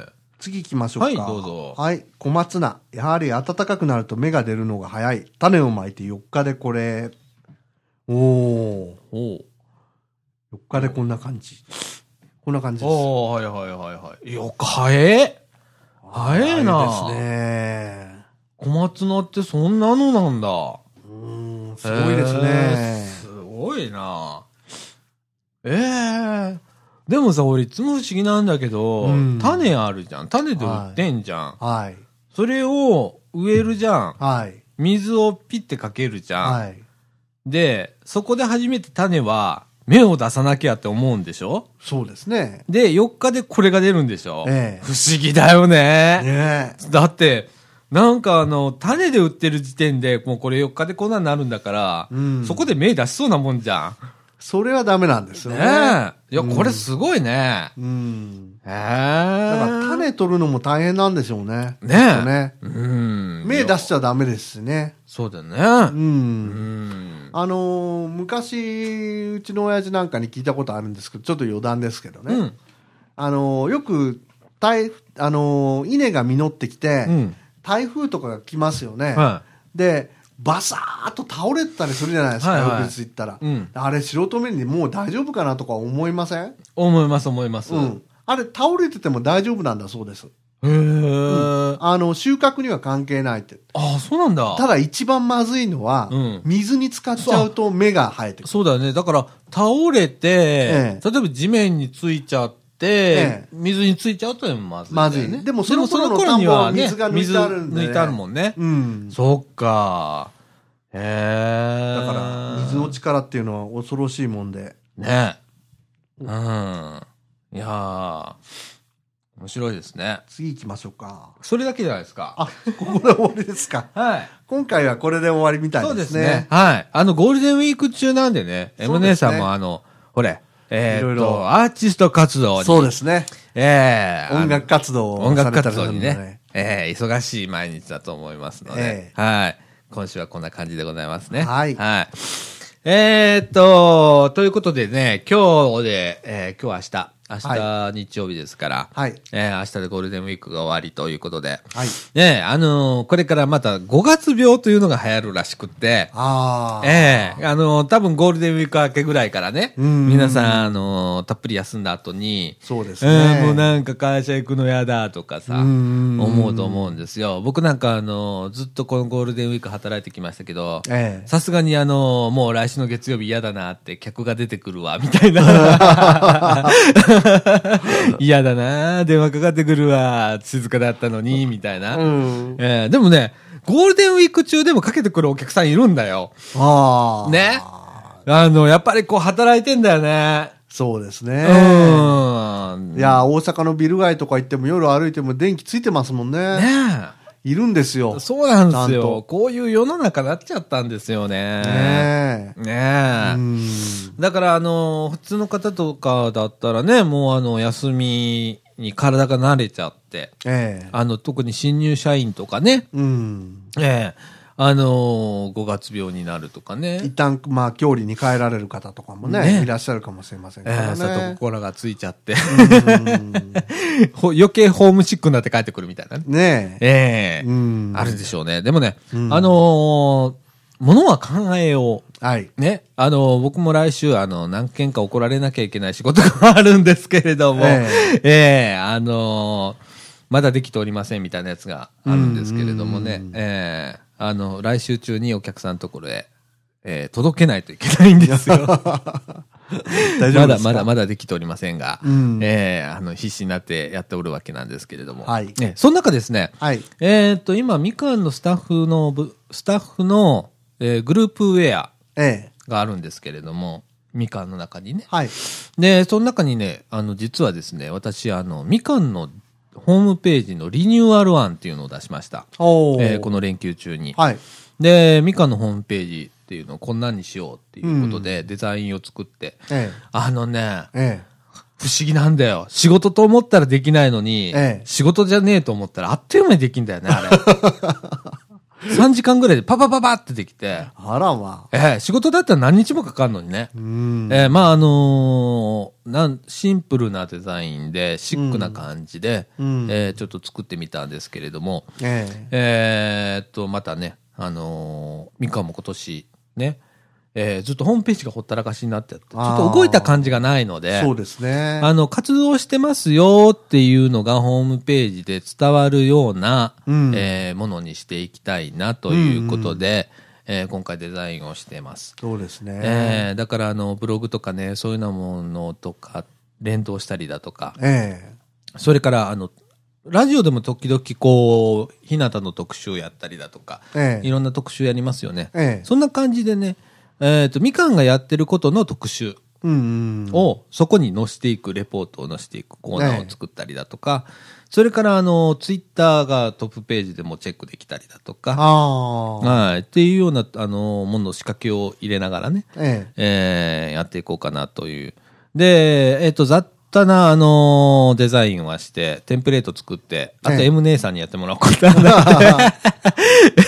次行きましょうか。 はい、どうぞ。 はい。小松菜。やはり暖かくなると芽が出るのが早い。種をまいてよっかでこれ。おー。 おー。 よっかでこんな感じ。こんな感じです。 おー、はいはいはいはい。よっか、早い。早いな。 早いですね。 小松菜ってそんなのなんだ。 うーん、すごいですね。 すごいな。ええー。でもさ、俺いつも不思議なんだけど、うん、種あるじゃん。種で売ってんじゃん。 はい。 それを植えるじゃん。 はい。 水をピッてかけるじゃん。 はい。 で、そこで初めて種は芽を出さなきゃって思うんでしょ？ そうですね。 で、よっかでこれが出るんでしょ？ ええ。 不思議だよね。 ねえ。 だって、なんかあの、種で売ってる時点で、もうこれよっかでこんなになるんだから、うん、そこで芽出しそうなもんじゃん。 それはダメなんですよね。ねえ。いや、これすごいね。 うん。 へえ。だから種取るのも大変なんでしょうね。 ねえ。ね。 うん。芽出しちゃダメですしね。 そうだよね。 うん。うん、あのー、昔、うちの親父なんかに聞いたことあるんですけど、ちょっと余談ですけどね。うん、あのー、よく、台、あのー、稲が実ってきて、うん、台風とかが来ますよね。はい、で、バサーっと倒れてたりするじゃないですか、はいはい、翌日行ったら、うん。あれ、素人目にもう大丈夫かなとか思いません？ 思います、思います。うん。 あれ、倒れてても大丈夫なんだそうです。 へー。うん、 あの、収穫には関係ないって。 ああ、そうなんだ。 ただ一番まずいのは、うん、水に浸かっちゃうと芽が生えてくる。 そうだよね。だから、倒れて、ええ、例えば地面についちゃって、ええ、水についちゃうとまずい、ね。 まずいね。でもその頃の田んぼは水が抜いてあるんで、 ね。抜いてあるもんね。 うん。 そっか。へえ。 だから、水の力っていうのは恐ろしいもんで。 ね。うん。いやー、面白いですね。 次行きましょうか。 それだけじゃないですか。 あ、ここで終わりですか。 はい。 今回はこれで終わりみたいですね。そうですね。 はい。あの、ゴールデンウィーク中なんでね、エム姉さんもあの、ほれ、えー、っと、アーティスト活動に。 そうですね。 ええー、音楽活動を。音楽活動にね。えー、忙しい毎日だと思いますので。えー、はい。今週はこんな感じでございますね。 はい。 はい。えー、っと、ということでね、今日で、えー、今日明日。明日、はい、日曜日ですから、はい。えー、明日でゴールデンウィークが終わりということで、はい。ね、あのー、これからまたごがつ病というのが流行るらしくって、 ああ。ええー、あのー、多分ゴールデンウィーク明けぐらいからね、うん皆さん、あのー、たっぷり休んだ後に、 そうですね。 えー、もうなんか会社行くのやだとかさ、うん思うと思うんですよ。僕なんかあのー、ずっとこのゴールデンウィーク働いてきましたけど、さすがにあのー、もう来週の月曜日嫌だなって客が出てくるわ、みたいな。嫌だな電話かかってくるわ静かだったのにみたいな、うんえー、でもねゴールデンウィーク中でもかけてくるお客さんいるんだよ。 ああねあのやっぱりこう働いてんだよね。 そうですね。うん。いや大阪のビル街とか行っても夜歩いても電気ついてますもんね。 ねえいるんですよ。 そうなんですよ。こういう世の中になっちゃったんですよね。 ねえ。 ねえ。うんだから、あの、普通の方とかだったらね、もうあの、休みに体が慣れちゃって、ええ、あの、特に新入社員とかね、 うん。 ええ。あのー、ごがつ病になるとかね。 一旦、まあ、郷里に帰られる方とかもね、ねいらっしゃるかもしれませんからね。えー、 里心がついちゃって。余計ホームシックになって帰ってくるみたいなね。 ねえ。ええー。あるでしょうね。でもね、あのー、ものは考えよう。 はい。 ね。あのー、僕も来週、あの、何件か怒られなきゃいけない仕事があるんですけれども、ええええあのー、まだできておりませんみたいなやつがあるんですけれどもね。ええあの、来週中にお客さんのところへ、えー、届けないといけないんですよ。 大丈夫ですか？ まだまだまだできておりませんが、うん、えー、あの、必死になってやっておるわけなんですけれども。 はい。 ね、その中ですね、 はい。 えっと、今、みかんのスタッフの、スタッフの、えー、グループウェアがあるんですけれども、ええ、みかんの中にね。 はい。 で、その中にね、あの、実はですね、私、あの、みかんのホームページのリニューアル案っていうのを出しました。 おえー、この連休中に。 はい。 で、みかんのホームページっていうのをこんなんにしようっていうことで、デザインを作って、うん、 ええ、 あのね、 ええ、 不思議なんだよ。仕事と思ったらできないのに、ええ、仕事じゃねえと思ったらあっという間にできんだよね、あれ。 さんじかんぐらいでパパパパってできて。 あらまあ。えー、仕事だったら何日もかかるのにね。 うん。 えー、まああのー、なん、シンプルなデザインで、シックな感じで、うん、えー、ちょっと作ってみたんですけれども、えー、えー、っと、またね、あのー、みかんも今年、ね、えー、ずっとホームページがほったらかしになってあって、ちょっと動いた感じがないので、 そうですね。 あの、活動してますよっていうのがホームページで伝わるような、うん、えー、ものにしていきたいなということで、うんうん、えー、今回デザインをしています。 そうですね。 えー、だからあの、ブログとかね、そういうようなものとか、連動したりだとか、えー、それからあの、ラジオでも時々こう、日向の特集やったりだとか、えー、いろんな特集やりますよね。えー、そんな感じでね、えっと、みかんがやってることの特集をそこに載せていく、レポートを載せていくコーナーを作ったりだとか、ええ、それからあの、ツイッターがトップページでもチェックできたりだとか、はい、っていうような、あの、もの、仕掛けを入れながらね、えええー、やっていこうかなという。で、えっと、ざっとな、あのー、デザインはして、テンプレート作って、あと M 姉さんにやってもらおうかなって。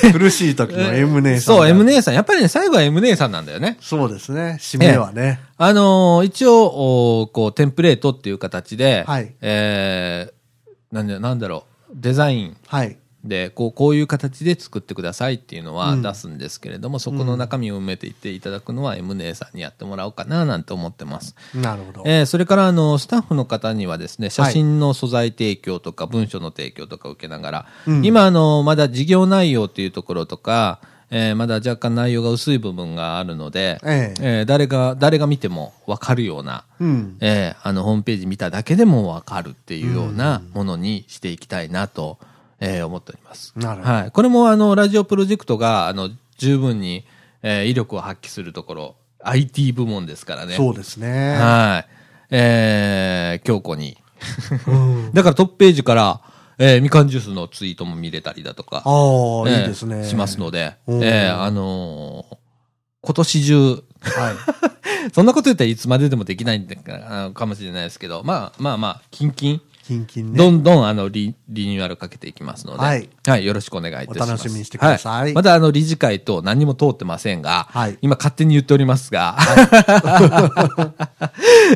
苦しい時の M 姉さん。そう、M 姉さん。やっぱりね、最後は M 姉さんなんだよね。 そうですね。締めはね。 あのー、一応、こう、テンプレートっていう形で、はい、えー、なんだ、なんだろう、デザイン。はい。で、こう、こういう形で作ってくださいっていうのは出すんですけれども、うん、そこの中身を埋めていっていただくのは M 姉さんにやってもらおうかななんて思ってます。 なるほど。 えー、それからあの、スタッフの方にはですね、写真の素材提供とか文書の提供とかを受けながら、うん、今あの、まだ事業内容っていうところとか、えー、まだ若干内容が薄い部分があるので、えええー、誰が、誰が見てもわかるような、うん、えー、あの、ホームページ見ただけでもわかるっていうようなものにしていきたいなと、えー、思っております。なるほど。はい。これもあの、ラジオプロジェクトが、あの、十分に、えー、威力を発揮するところ、アイティー 部門ですからね。 そうですね。 はい。えー、強固に。うん、だからトップページから、えー、みかんジュースのツイートも見れたりだとか。 ああ、えー、いいですね。 しますので、えー、あのー、今年中、はい。そんなこと言ったらいつまででもできないんだかもしれないですけど、まあまあまあ、キンキン。 キンキンね。 どんどんあのリ、リニューアルかけていきますので、はい。はい、よろしくお願いいたします。 お楽しみにしてください。はい、 まだあの、理事会と何も通ってませんが、はい。今勝手に言っておりますが、はい。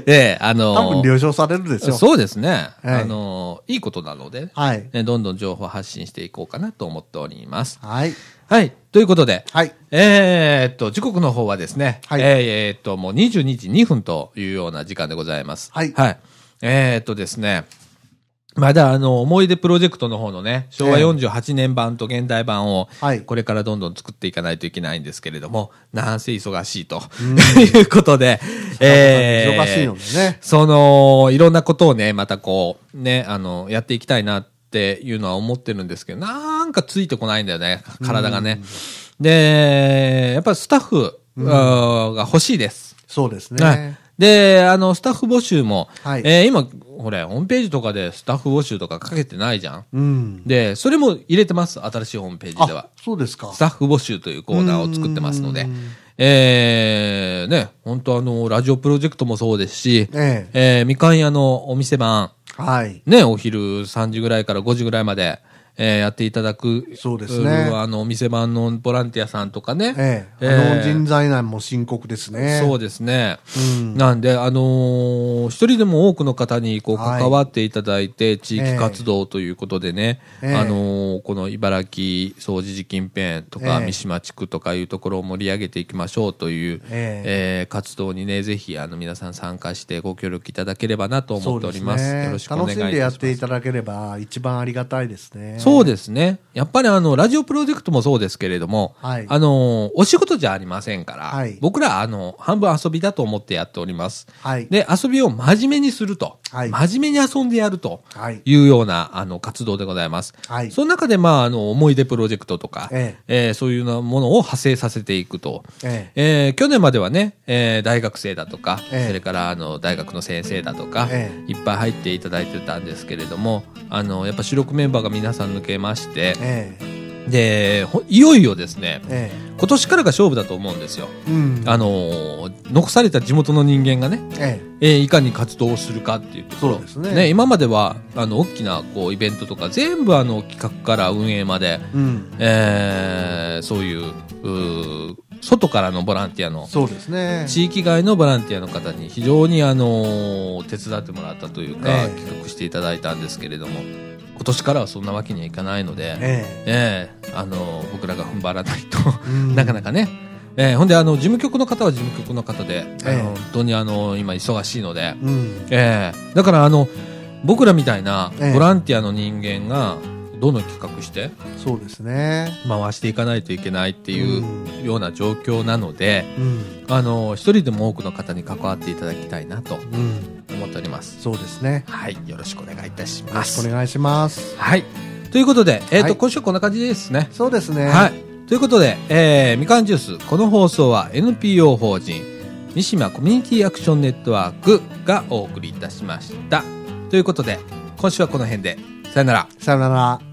ええ、あのー、 多分了承されるですよ。 そうですね。はい、あのー、いいことなので、はい。ね、どんどん情報発信していこうかなと思っております。はい。はい。ということで、はい。えー、っと、時刻の方はですね、はい。えー、っと、もうにじゅうにじにふんというような時間でございます。はい。はい。えー、っとですね、まだあの、思い出プロジェクトの方のね、しょうわよんじゅうはちねん版と現代版を、これからどんどん作っていかないといけないんですけれども、なんせ忙しいということで、 えー、忙しいのでね。 その、いろんなことをね、またこう、ね、あの、やっていきたいなっていうのは思ってるんですけど、なんかついてこないんだよね、体がね。で、やっぱりスタッフが欲しいです。 そうですね。はいで、あの、スタッフ募集も、はい、えー、今、ほれ、ホームページとかでスタッフ募集とかかけてないじゃん。うん。で、それも入れてます、新しいホームページでは。 そうですか。 スタッフ募集というコーナーを作ってますので、えー、ね、本当あの、ラジオプロジェクトもそうですし、えー、えー、みかん屋のお店番、はい。ね、お昼さんじぐらいからごじぐらいまで、えー、やっていただく。 そうですね。 あの、お店番のボランティアさんとかね。 ええー。あの、人材難も深刻ですね。 そうですね。うん。なんで、あのー、一人でも多くの方に、こう、関わっていただいて、はい、地域活動ということでね、えー、あのー、この茨城総除寺近辺とか、えー、三島地区とかいうところを盛り上げていきましょうという、えー、えー、活動にね、ぜひ、あの、皆さん参加してご協力いただければなと思っております。ね、よろしくお願いいたします。 楽しんでやっていただければ、一番ありがたいですね。 そうですね。やっぱりあの、ラジオプロジェクトもそうですけれども、はい、あの、お仕事じゃありませんから、はい、僕らあの、半分遊びだと思ってやっております。はい、で、遊びを真面目にすると、はい、真面目に遊んでやるというような、あの、活動でございます。はい、その中で、まあ、あの、思い出プロジェクトとか、えええー、そういうようなものを派生させていくと、えええー、去年まではね、えー、大学生だとか、ええ、それからあの、大学の先生だとか、ええ、いっぱい入っていただいてたんですけれども、あの、やっぱ主力メンバーが皆さん抜けまして、ええでいよいよですね、 ええ、 今年からが勝負だと思うんですよ、 うん、 あのー、残された地元の人間がね、えええー、いかに活動をするかっていうところ。 そうですね。 ね、今まではあの大きなこうイベントとか全部あの企画から運営まで、うん、えー、そういう、う外からのボランティアの、 そうですね、 地域外のボランティアの方に非常にあのー、手伝ってもらったというか、ええ、企画していただいたんですけれども、今年からはそんなわけにはいかないので、えええー、あのー、僕らが踏ん張らないとなかなかね、えー、ほんであの事務局の方は事務局の方で、えー、本当にあの今忙しいので、うん、えー、だからあの僕らみたいなボランティアの人間がどんどん企画して、 そうですね、 回していかないといけないっていうような状況なので、うん、あの一人でも多くの方に関わっていただきたいなと思っております、 うん、そうですね、 はい、よろしくお願いいたします。 よろしくお願いします。 はい、ということで、えーとはい、今週はこんな感じですね。 そうですね、 はい、ということで、えー、みかんジュース、この放送は エヌピーオー 法人三島コミュニティアクションネットワークがお送りいたしました。ということで今週はこの辺で、さよなら。 さよなら。